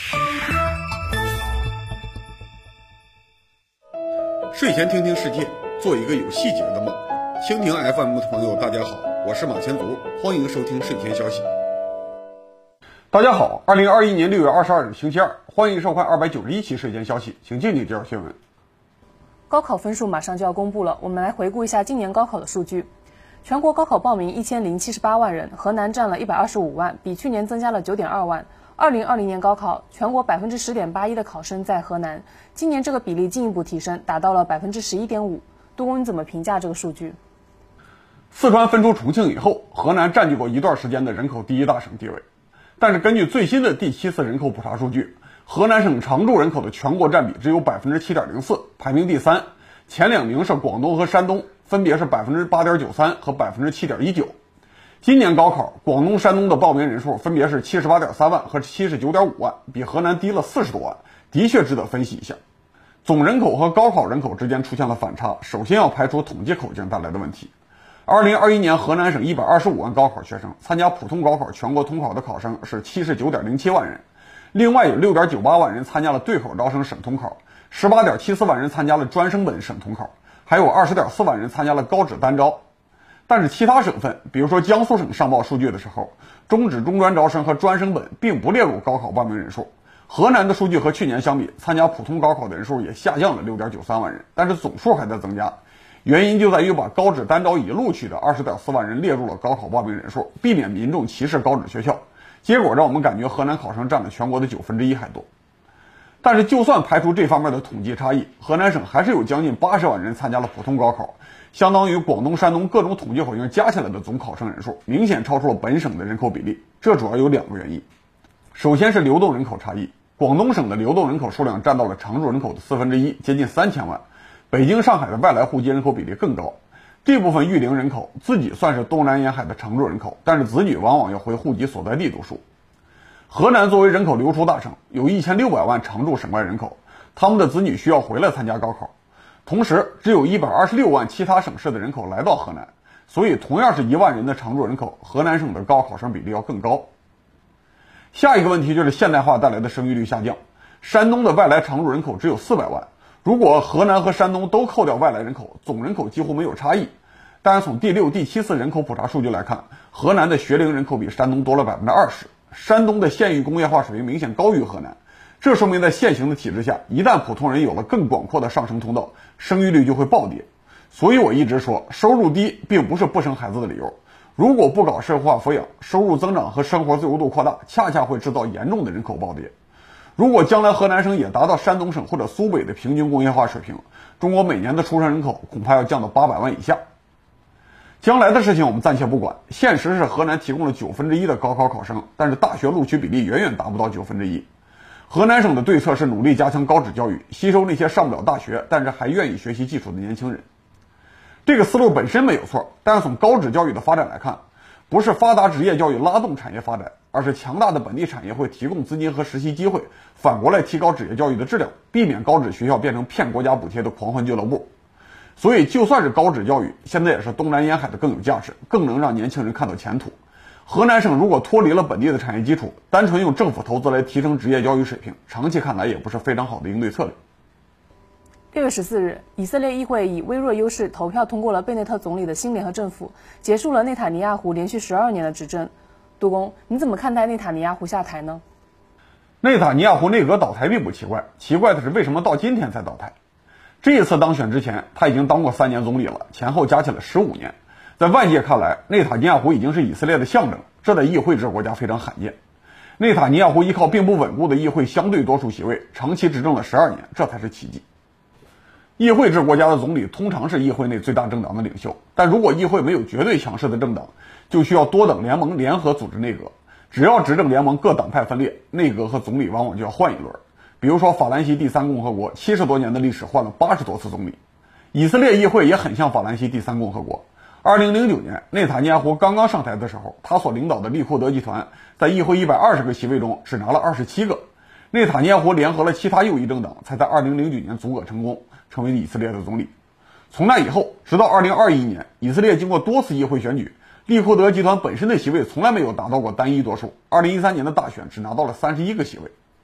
睡前听听世界，做一个有细节的梦。蜻蜓 FM 的朋友大家好，我是马前卒，欢迎收听睡前消息。大家好，2021年6月22日星期二，欢迎收看291期睡前消息，请静静介绍新闻。 高考分数马上就要公布了，我们来回顾一下今年高考的数据。全国高考报名1078万人，河南占了125万，比去年增加了9.2万。2020年高考，全国10.81%的考生在河南，今年这个比例进一步提升，达到了11.5%。杜工，你怎么评价这个数据？ 四川分出重庆以后，河南占据过一段时间的人口第一大省地位。但是根据最新的第7次人口普查数据，河南省常住人口的全国占比只有 7.04%， 排名第3，前两名是广东和山东，分别是 8.93% 和 7.19%。今年高考，广东、山东的报名人数分别是 78.3万和 79.5万，比河南低了40多万，的确值得分析一下。总人口和高考人口之间出现了反差，首先要排除统计口径带来的问题。2021年河南省125万高考学生，参加普通高考全国统考的考生是 79.07 万人，另外有 6.98 万人参加了对口招生省统考， 18.74 万人参加了专升本省统考，还有 20.4 万人参加了高职单招。但是其他省份，比如说江苏省上报数据的时候，中职中专招生和专升本并不列入高考报名人数。河南的数据和去年相比，参加普通高考的人数也下降了 6.93 万人，但是总数还在增加。原因就在于把高职单招已录取的 20.4 万人列入了高考报名人数，避免民众歧视高职学校。结果让我们感觉河南考生占了全国的1/9还多。但是就算排除这方面的统计差异，河南省还是有将近80万人参加了普通高考，相当于广东、山东各种统计口径加起来的总考生人数，明显超出了本省的人口比例。这主要有2个原因。首先是流动人口差异，广东省的流动人口数量占到了常住人口的1/4，接近3000万。北京、上海的外来户籍人口比例更高，这部分育龄人口自己算是东南沿海的常住人口，但是子女往往要回户籍所在地读书。河南作为人口流出大省，有1600万常住省外人口，他们的子女需要回来参加高考。同时，只有126万其他省市的人口来到河南，所以同样是1万人的常住人口，河南省的高考生比例要更高。下一个问题就是现代化带来的生育率下降。山东的外来常住人口只有400万，如果河南和山东都扣掉外来人口，总人口几乎没有差异。但是从第6、第7次人口普查数据来看，河南的学龄人口比山东多了 20%， 山东的县域工业化水平明显高于河南。这说明在现行的体制下，一旦普通人有了更广阔的上升通道，生育率就会暴跌。所以我一直说，收入低并不是不生孩子的理由。如果不搞社会化抚养，收入增长和生活自由度扩大，恰恰会制造严重的人口暴跌。如果将来河南省也达到山东省或者苏北的平均工业化水平，中国每年的出生人口恐怕要降到800万以下。将来的事情我们暂且不管，现实是河南提供了1/9的高考考生，但是大学录取比例远远达不到1/9。河南省的对策是努力加强高职教育，吸收那些上不了大学但是还愿意学习技术的年轻人。这个思路本身没有错，但是从高职教育的发展来看，不是发达职业教育拉动产业发展，而是强大的本地产业会提供资金和实习机会，反过来提高职业教育的质量，避免高职学校变成骗国家补贴的狂欢俱乐部。所以就算是高职教育，现在也是东南沿海的更有价值，更能让年轻人看到前途。河南省如果脱离了本地的产业基础，单纯用政府投资来提升职业教育水平，长期看来也不是非常好的应对策略。 6月14日，以色列议会以微弱优势投票通过了贝内特总理的新联合政府，结束了内塔尼亚胡连续12年的执政。杜工，你怎么看待内塔尼亚胡下台呢？ 内塔尼亚胡内阁倒台并不奇怪，奇怪的是为什么到今天才倒台。这一次当选之前，他已经当过3年总理了，前后加起来15年。在外界看来，内塔尼亚胡已经是以色列的象征，这在议会制国家非常罕见。内塔尼亚胡依靠并不稳固的议会相对多数席位，长期执政了12年，这才是奇迹。议会制国家的总理通常是议会内最大政党的领袖，但如果议会没有绝对强势的政党，就需要多等联盟联合组织内阁。只要执政联盟各党派分裂，内阁和总理往往就要换一轮。比如说法兰西第3共和国70多年的历史换了80多次总理。以色列议会也很像法兰西第3共和国。2009年内塔尼亚胡刚刚上台的时候，他所领导的利库德集团在议会120个席位中只拿了27个。内塔尼亚胡联合了其他右翼政党，才在2009年组阁成功，成为以色列的总理。从那以后，直到2021年，以色列经过多次议会选举，利库德集团本身的席位从来没有达到过单一多数。2013年的大选只拿到了31个席位。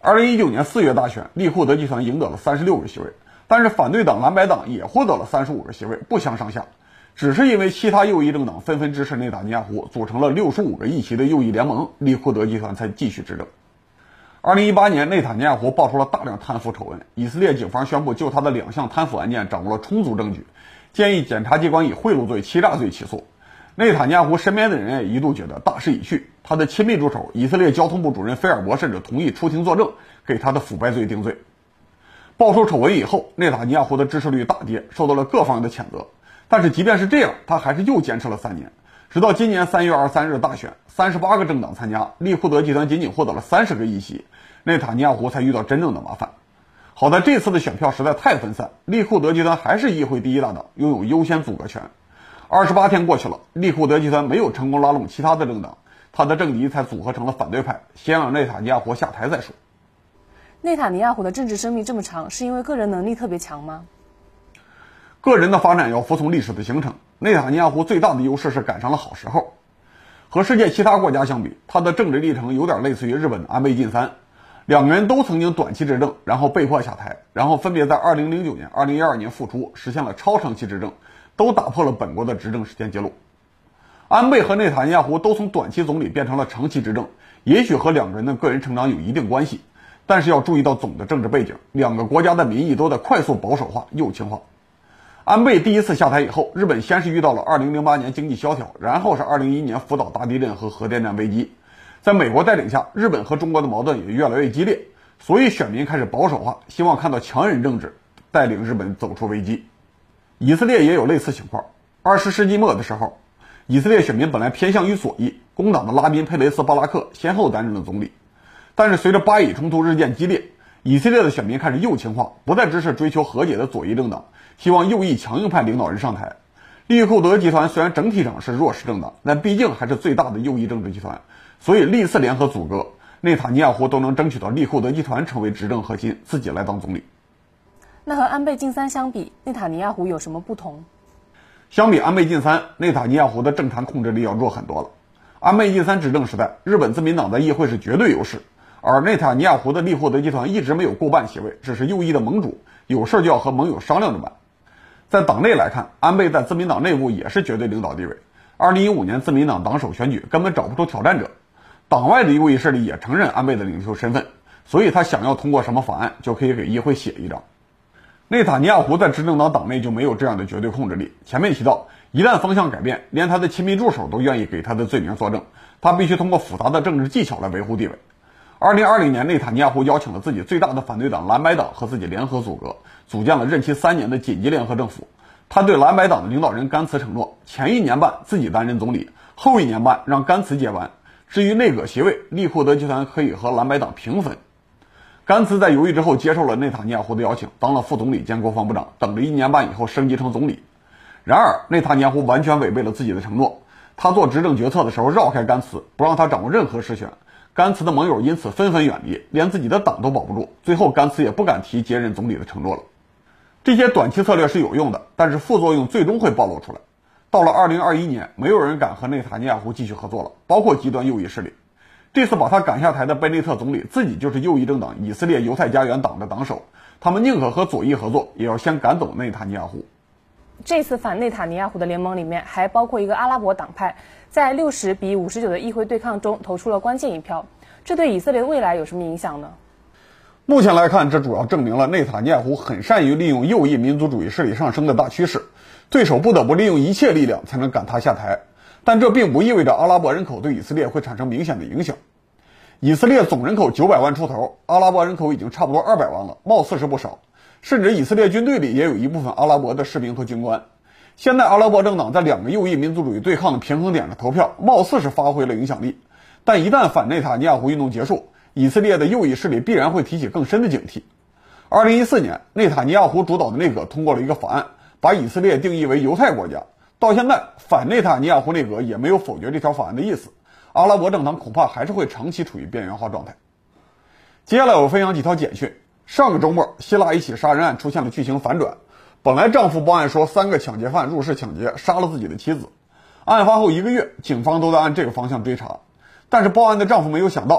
2019年4月大选，利库德集团赢得了36个席位，但是反对党蓝白党也获得了35个席位，不相上下。只是因为其他右翼政党纷纷支持内塔尼亚胡，组成了65个议席的右翼联盟，利库德集团才继续执政。2018年，内塔尼亚胡爆出了大量贪腐丑闻，以色列警方宣布就他的2项贪腐案件掌握了充足证据，建议检察机关以贿赂罪、欺诈罪起诉。内塔尼亚胡身边的人也一度觉得大势已去，他的亲密助手以色列交通部主任菲尔伯甚至同意出庭作证，给他的腐败罪定罪。爆出丑闻以后，内塔尼亚胡的支持率大跌，受到了各方的谴责。但是即便是这样，他还是又坚持了3年，直到今年3月23日大选，38个政党参加，利库德集团仅仅获得了30个议席，内塔尼亚胡才遇到真正的麻烦。好在这次的选票实在太分散，利库德集团还是议会第一大党，拥有优先阻隔权。28天过去了，利库德集团没有成功拉拢其他的政党，他的政敌才组合成了反对派，先让内塔尼亚胡下台再说。 内塔尼亚胡的政治生命这么长，是因为个人能力特别强吗？ 个人的发展要服从历史的形成，内塔尼亚胡最大的优势是赶上了好时候。和世界其他国家相比，他的政治历程有点类似于日本的安倍晋三，两个人都曾经短期执政，然后被迫下台，然后分别在2009年、2012年复出，实现了超长期执政，都打破了本国的执政时间记录。安倍和内塔尼亚胡都从短期总理变成了长期执政，也许和两个人的个人成长有一定关系，但是要注意到总的政治背景，两个国家的民意都在快速保守化、右倾化。安倍第一次下台以后，日本先是遇到了2008年经济萧条，然后是2011年福岛大地震和核电站危机。在美国带领下，日本和中国的矛盾也越来越激烈，所以选民开始保守化，希望看到强人政治带领日本走出危机。以色列也有类似情况。20世纪末的时候，以色列选民本来偏向于左翼，工党的拉宾·佩雷斯·巴拉克先后担任了总理。但是随着巴以冲突日渐激烈，以色列的选民开始右倾化，不再支持追求和解的左翼政党，希望右翼强硬派领导人上台。利库德集团虽然整体上是弱势政党，但毕竟还是最大的右翼政治集团，所以历次联合阻隔，内塔尼亚胡都能争取到利库德集团成为执政核心，自己来当总理。 那和安倍晋三相比，内塔尼亚胡有什么不同？ 相比安倍晋三，内塔尼亚胡的政坛控制力要弱很多了。安倍晋三执政时代，日本自民党在议会是绝对优势，而内塔尼亚胡的利库德集团一直没有过半席位，只是右翼的盟主，有事就要和盟友商量着办。在党内来看，安倍在自民党内部也是绝对领导地位。2015年自民党党首选举根本找不出挑战者，党外的右翼势力也承认安倍的领袖身份，所以他想要通过什么法案，就可以给议会写一张。内塔尼亚胡在执政党党内就没有这样的绝对控制力。前面提到，一旦方向改变，连他的亲密助手都愿意给他的罪名作证，他必须通过复杂的政治技巧来维护地位。2020年，内塔尼亚胡邀请了自己最大的反对党蓝白党和自己联合组阁，组建了任期3年的紧急联合政府。他对蓝白党的领导人甘茨承诺，前1年半自己担任总理，后1年半让甘茨接班。至于内阁席位，利库德集团可以和蓝白党平分。甘茨在犹豫之后接受了内塔尼亚胡的邀请，当了副总理兼国防部长，等着1年半以后升级成总理。然而，内塔尼亚胡完全违背了自己的承诺，他做执政决策的时候绕开甘茨，不让他掌握任何实权。甘茨的盟友因此纷纷远离，连自己的党都保不住，最后甘茨也不敢提接任总理的承诺了。这些短期策略是有用的，但是副作用最终会暴露出来。到了2021年，没有人敢和内塔尼亚胡继续合作了，包括极端右翼势力。这次把他赶下台的贝内特总理自己就是右翼政党以色列犹太家园党的党首，他们宁可和左翼合作，也要先赶走内塔尼亚胡。 这次反内塔尼亚胡的联盟里面还包括一个阿拉伯党派，在60比59的议会对抗中投出了关键一票，这对以色列未来有什么影响呢？ 目前来看，这主要证明了内塔尼亚胡很善于利用右翼民族主义势力上升的大趋势，对手不得不利用一切力量才能赶他下台。但这并不意味着阿拉伯人口对以色列会产生明显的影响。以色列总人口900万出头，阿拉伯人口已经差不多200万了，貌似是不少。甚至以色列军队里也有一部分阿拉伯的士兵和军官。现在阿拉伯政党在2个右翼民族主义对抗的平衡点上投票，貌似是发挥了影响力。但一旦反内塔尼亚胡运动结束，以色列的右翼势力必然会提起更深的警惕。2014年，内塔尼亚胡主导的内阁通过了一个法案，把以色列定义为犹太国家。到现在，反内塔尼亚胡内阁也没有否决这条法案的意思。阿拉伯政党恐怕还是会长期处于边缘化状态。接下来我分享几条简讯。上个周末，希腊一起杀人案出现了剧情反转。本来丈夫报案说3个抢劫犯入室抢劫，杀了自己的妻子。案发后1个月，警方都在按这个方向追查。但是报案的丈夫没有想到，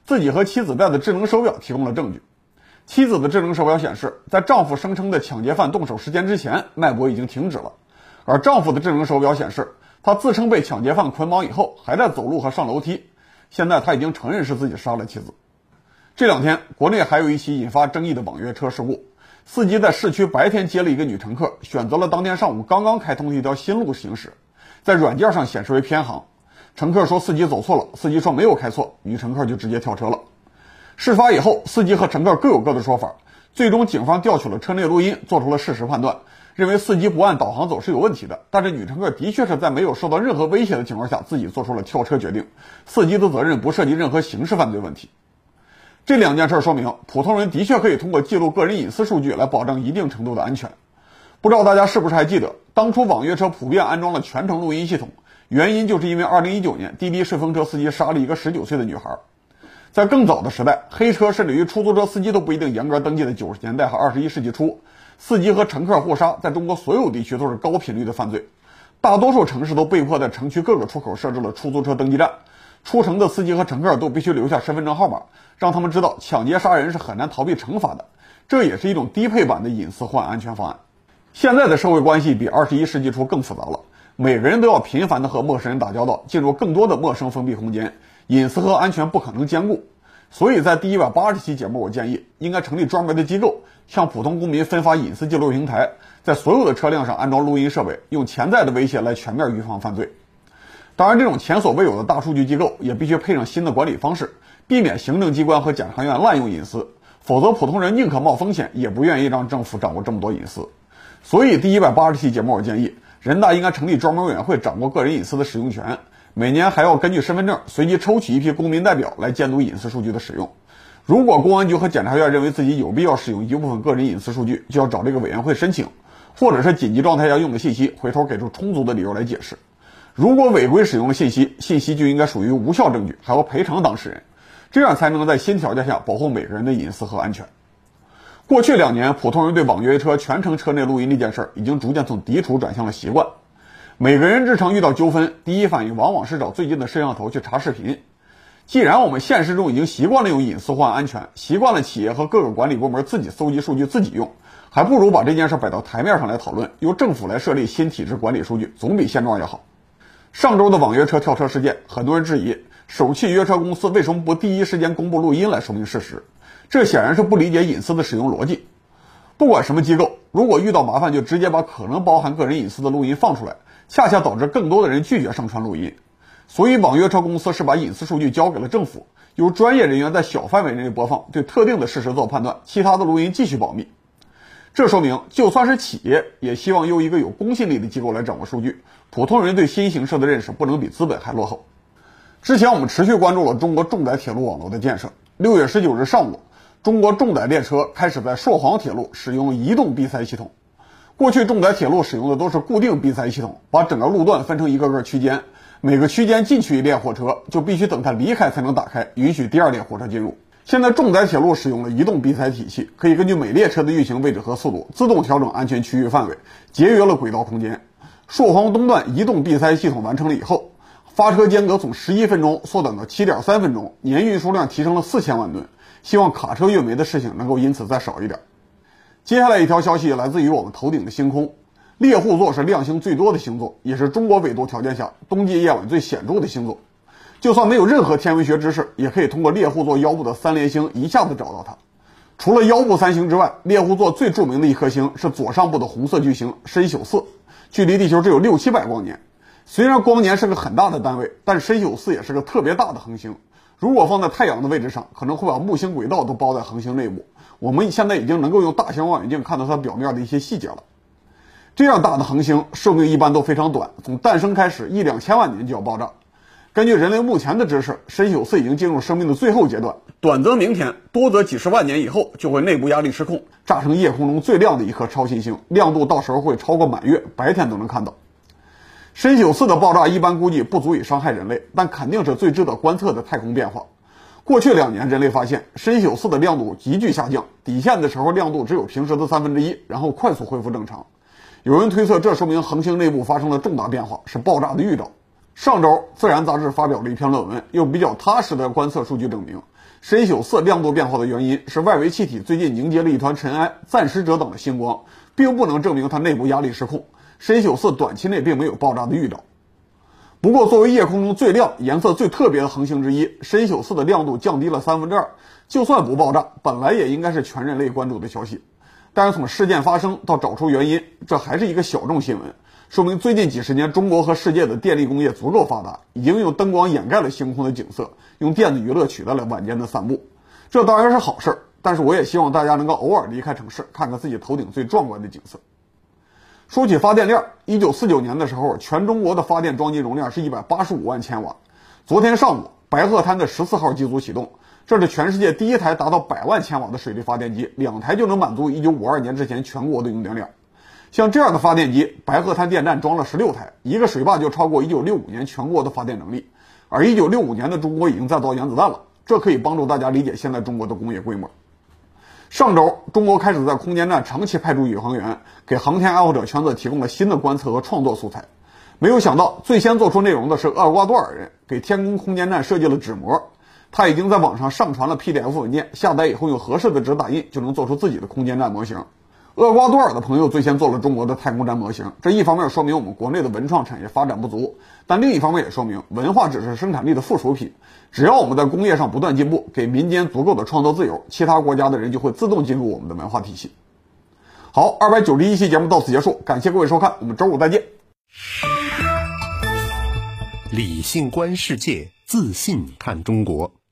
自己和妻子戴的智能手表提供了证据。妻子的智能手表显示，在丈夫声称的抢劫犯动手时间之前，脉搏已经停止了。而丈夫的智能手表显示，他自称被抢劫犯捆绑以后，还在走路和上楼梯。现在他已经承认是自己杀了妻子。这2天，国内还有一起引发争议的网约车事故。司机在市区白天接了一个女乘客，选择了当天上午刚刚开通的一条新路行驶，在软件上显示为偏航。乘客说司机走错了，司机说没有开错，女乘客就直接跳车了。事发以后，司机和乘客各有各的说法，最终警方调取了车内录音，做出了事实判断，认为司机不按导航走是有问题的，但是女乘客的确是在没有受到任何威胁的情况下自己做出了跳车决定，司机的责任不涉及任何刑事犯罪问题。这2件事说明，普通人的确可以通过记录个人隐私数据来保证一定程度的安全。不知道大家是不是还记得，当初网约车普遍安装了全程录音系统，原因就是因为2019年滴滴顺风车司机杀了一个19岁的女孩。在更早的时代，黑车甚至于出租车司机都不一定严格登记的90年代和21世纪初，司机和乘客互杀在中国所有地区都是高频率的犯罪。大多数城市都被迫在城区各个出口设置了出租车登记站，出城的司机和乘客都必须留下身份证号码，让他们知道抢劫杀人是很难逃避惩罚的。这也是一种低配版的隐私换安全方案。现在的社会关系比21世纪初更复杂了，每个人都要频繁地和陌生人打交道，进入更多的陌生封闭空间，隐私和安全不可能兼顾。所以在第180期节目，我建议应该成立专门的机构，向普通公民分发隐私记录平台，在所有的车辆上安装录音设备，用潜在的威胁来全面预防犯罪。当然，这种前所未有的大数据机构也必须配上新的管理方式，避免行政机关和检察院滥用隐私，否则普通人宁可冒风险，也不愿意让政府掌握这么多隐私。所以第180期节目，我建议人大应该成立专门委员会，掌握个人隐私的使用权，每年还要根据身份证随机抽取一批公民代表来监督隐私数据的使用。如果公安局和检察院认为自己有必要使用一部分个人隐私数据，就要找这个委员会申请，或者是紧急状态下用的信息，回头给出充足的理由来解释。如果违规使用了信息就应该属于无效证据，还要赔偿当事人，这样才能在新条件下保护每个人的隐私和安全。过去2年，普通人对网约车全程车内录音这件事已经逐渐从抵触转向了习惯。每个人日常遇到纠纷，第一反应往往是找最近的摄像头去查视频。既然我们现实中已经习惯了用隐私换安全，习惯了企业和各个管理部门自己搜集数据自己用，还不如把这件事摆到台面上来讨论，由政府来设立新体制管理数据，总比现状要好。上周的网约车跳车事件，很多人质疑首汽约车公司为什么不第一时间公布录音来说明事实，这显然是不理解隐私的使用逻辑。不管什么机构，如果遇到麻烦就直接把可能包含个人隐私的录音放出来，恰恰导致更多的人拒绝上传录音。所以网约车公司是把隐私数据交给了政府，由专业人员在小范围内播放，对特定的事实做判断，其他的录音继续保密。这说明就算是企业也希望由一个有公信力的机构来掌握数据，普通人对新形势的认识不能比资本还落后。之前我们持续关注了中国重载铁路网络的建设。6月19日上午，中国重载列车开始在朔黄铁路使用移动闭塞系统。过去重载铁路使用的都是固定闭塞系统，把整个路段分成一个个区间，每个区间进去一列火车，就必须等它离开才能打开，允许第二列火车进入。现在重载铁路使用了移动闭塞体系，可以根据每列车的运行位置和速度，自动调整安全区域范围，节约了轨道空间。朔黄东段移动闭塞系统完成了以后，发车间隔从11分钟缩短到7.3分钟，年运输量提升了4000万吨，希望卡车运煤的事情能够因此再少一点。接下来一条消息来自于我们头顶的星空，猎户座是亮星最多的星座，也是中国纬度条件下冬季夜晚最显著的星座。就算没有任何天文学知识，也可以通过猎户座腰部的3连星一下子找到它。除了腰部3星之外，猎户座最著名的一颗星是左上部的红色巨星参宿4，距离地球只有600-700光年。虽然光年是个很大的单位，但参宿4也是个特别大的恒星，如果放在太阳的位置上，可能会把木星轨道都包在恒星内部。我们现在已经能够用大型望远镜看到它表面的一些细节了。这样大的恒星寿命一般都非常短，从诞生开始1-2千万年就要爆炸。根据人类目前的知识，参宿4已经进入生命的最后阶段，短则明天，多则几十万年以后就会内部压力失控，炸成夜空中最亮的一颗超新星，亮度到时候会超过满月，白天都能看到。参宿4的爆炸一般估计不足以伤害人类，但肯定是最值得观测的太空变化。过去2年，人类发现参宿4的亮度急剧下降，底线的时候亮度只有平时的1/3，然后快速恢复正常。有人推测这说明恒星内部发生了重大变化，是爆炸的预兆。上周《自然》杂志发表了一篇论文，用比较踏实的观测数据证明， 深宿4亮度变化的原因是外围气体最近凝结了一团尘埃，暂时遮挡了星光，并不能证明它内部压力失控。深宿4短期内并没有爆炸的预兆。不过作为夜空中最亮、颜色最特别的恒星之一，深宿4的亮度降低了2/3，就算不爆炸，本来也应该是全人类关注的消息。但是从事件发生到找出原因，这还是一个小众新闻，说明最近几十年中国和世界的电力工业足够发达，已经用灯光掩盖了星空的景色，用电子娱乐取代了晚间的散步。这当然是好事，但是我也希望大家能够偶尔离开城市，看看自己头顶最壮观的景色。说起发电量，1949年的时候，全中国的发电装机容量是185万千瓦。昨天上午，白鹤滩的14号机组启动，这是全世界第一台达到100万千瓦的水力发电机，2台就能满足1952年之前全国的用电量。像这样的发电机，白鹤滩电站装了16台，一个水坝就超过1965年全国的发电能力。而1965年的中国已经在造原子弹了，这可以帮助大家理解现在中国的工业规模。上周，中国开始在空间站长期派驻宇航员，给航天爱好者圈子提供了新的观测和创作素材。没有想到，最先做出内容的是厄瓜多尔人，给天宫空间站设计了纸模。他已经在网上上传了 PDF 文件，下载以后用合适的纸打印，就能做出自己的空间站模型。厄瓜多尔的朋友最先做了中国的太空站模型，这一方面说明我们国内的文创产业发展不足，但另一方面也说明文化只是生产力的附属品。只要我们在工业上不断进步，给民间足够的创作自由，其他国家的人就会自动进入我们的文化体系。好，291期节目到此结束，感谢各位收看，我们周五再见。 理性观世界，自信看中国。